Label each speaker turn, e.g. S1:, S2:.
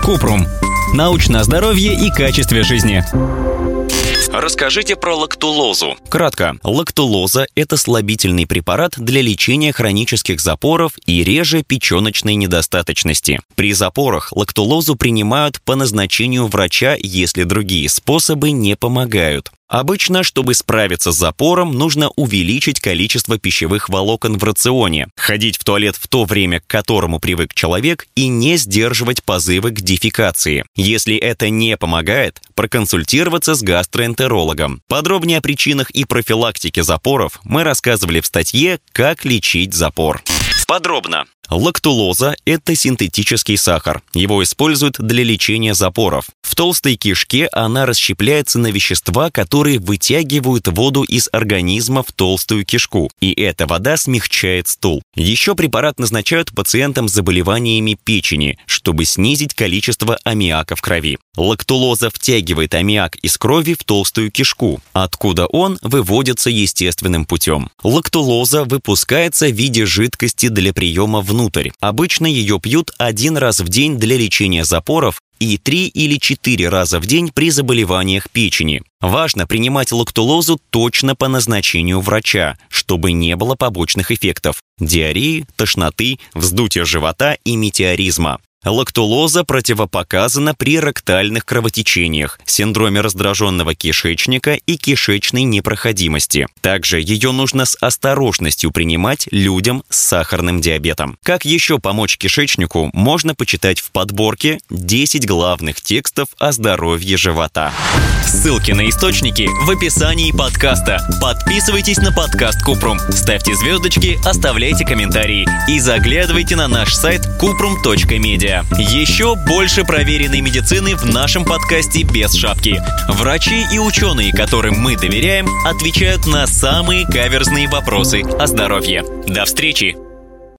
S1: Купрум. Научное здоровье и качестве жизни.
S2: Расскажите про лактулозу.
S3: Кратко. Лактулоза – это слабительный препарат для лечения хронических запоров и реже печёночной недостаточности. При запорах лактулозу принимают по назначению врача, если другие способы не помогают. Обычно, чтобы справиться с запором, нужно увеличить количество пищевых волокон в рационе, ходить в туалет в то время, к которому привык человек, и не сдерживать позывы к дефекации. Если это не помогает, проконсультироваться с гастроэнтерологом. Подробнее о причинах и профилактике запоров мы рассказывали в статье «Как лечить запор».
S2: Подробно.
S3: Лактулоза – это синтетический сахар. Его используют для лечения запоров. В толстой кишке она расщепляется на вещества, которые вытягивают воду из организма в толстую кишку. И эта вода смягчает стул. Еще препарат назначают пациентам с заболеваниями печени, чтобы снизить количество аммиака в крови. Лактулоза втягивает аммиак из крови в толстую кишку, откуда он выводится естественным путем. Лактулоза выпускается в виде жидкости для приема внутрь. Обычно ее пьют 1 раз в день для лечения запоров и 3 или 4 раза в день при заболеваниях печени. Важно принимать лактулозу точно по назначению врача, чтобы не было побочных эффектов – диареи, тошноты, вздутия живота и метеоризма. Лактулоза противопоказана при ректальных кровотечениях, синдроме раздраженного кишечника и кишечной непроходимости. Также ее нужно с осторожностью принимать людям с сахарным диабетом. Как еще помочь кишечнику, можно почитать в подборке «10 главных текстов о здоровье живота».
S1: Ссылки на источники в описании подкаста. Подписывайтесь на подкаст Купрум, ставьте звездочки, оставляйте комментарии и заглядывайте на наш сайт kuprum.media. Еще больше проверенной медицины в нашем подкасте без шапки. Врачи и ученые, которым мы доверяем, отвечают на самые каверзные вопросы о здоровье. До встречи!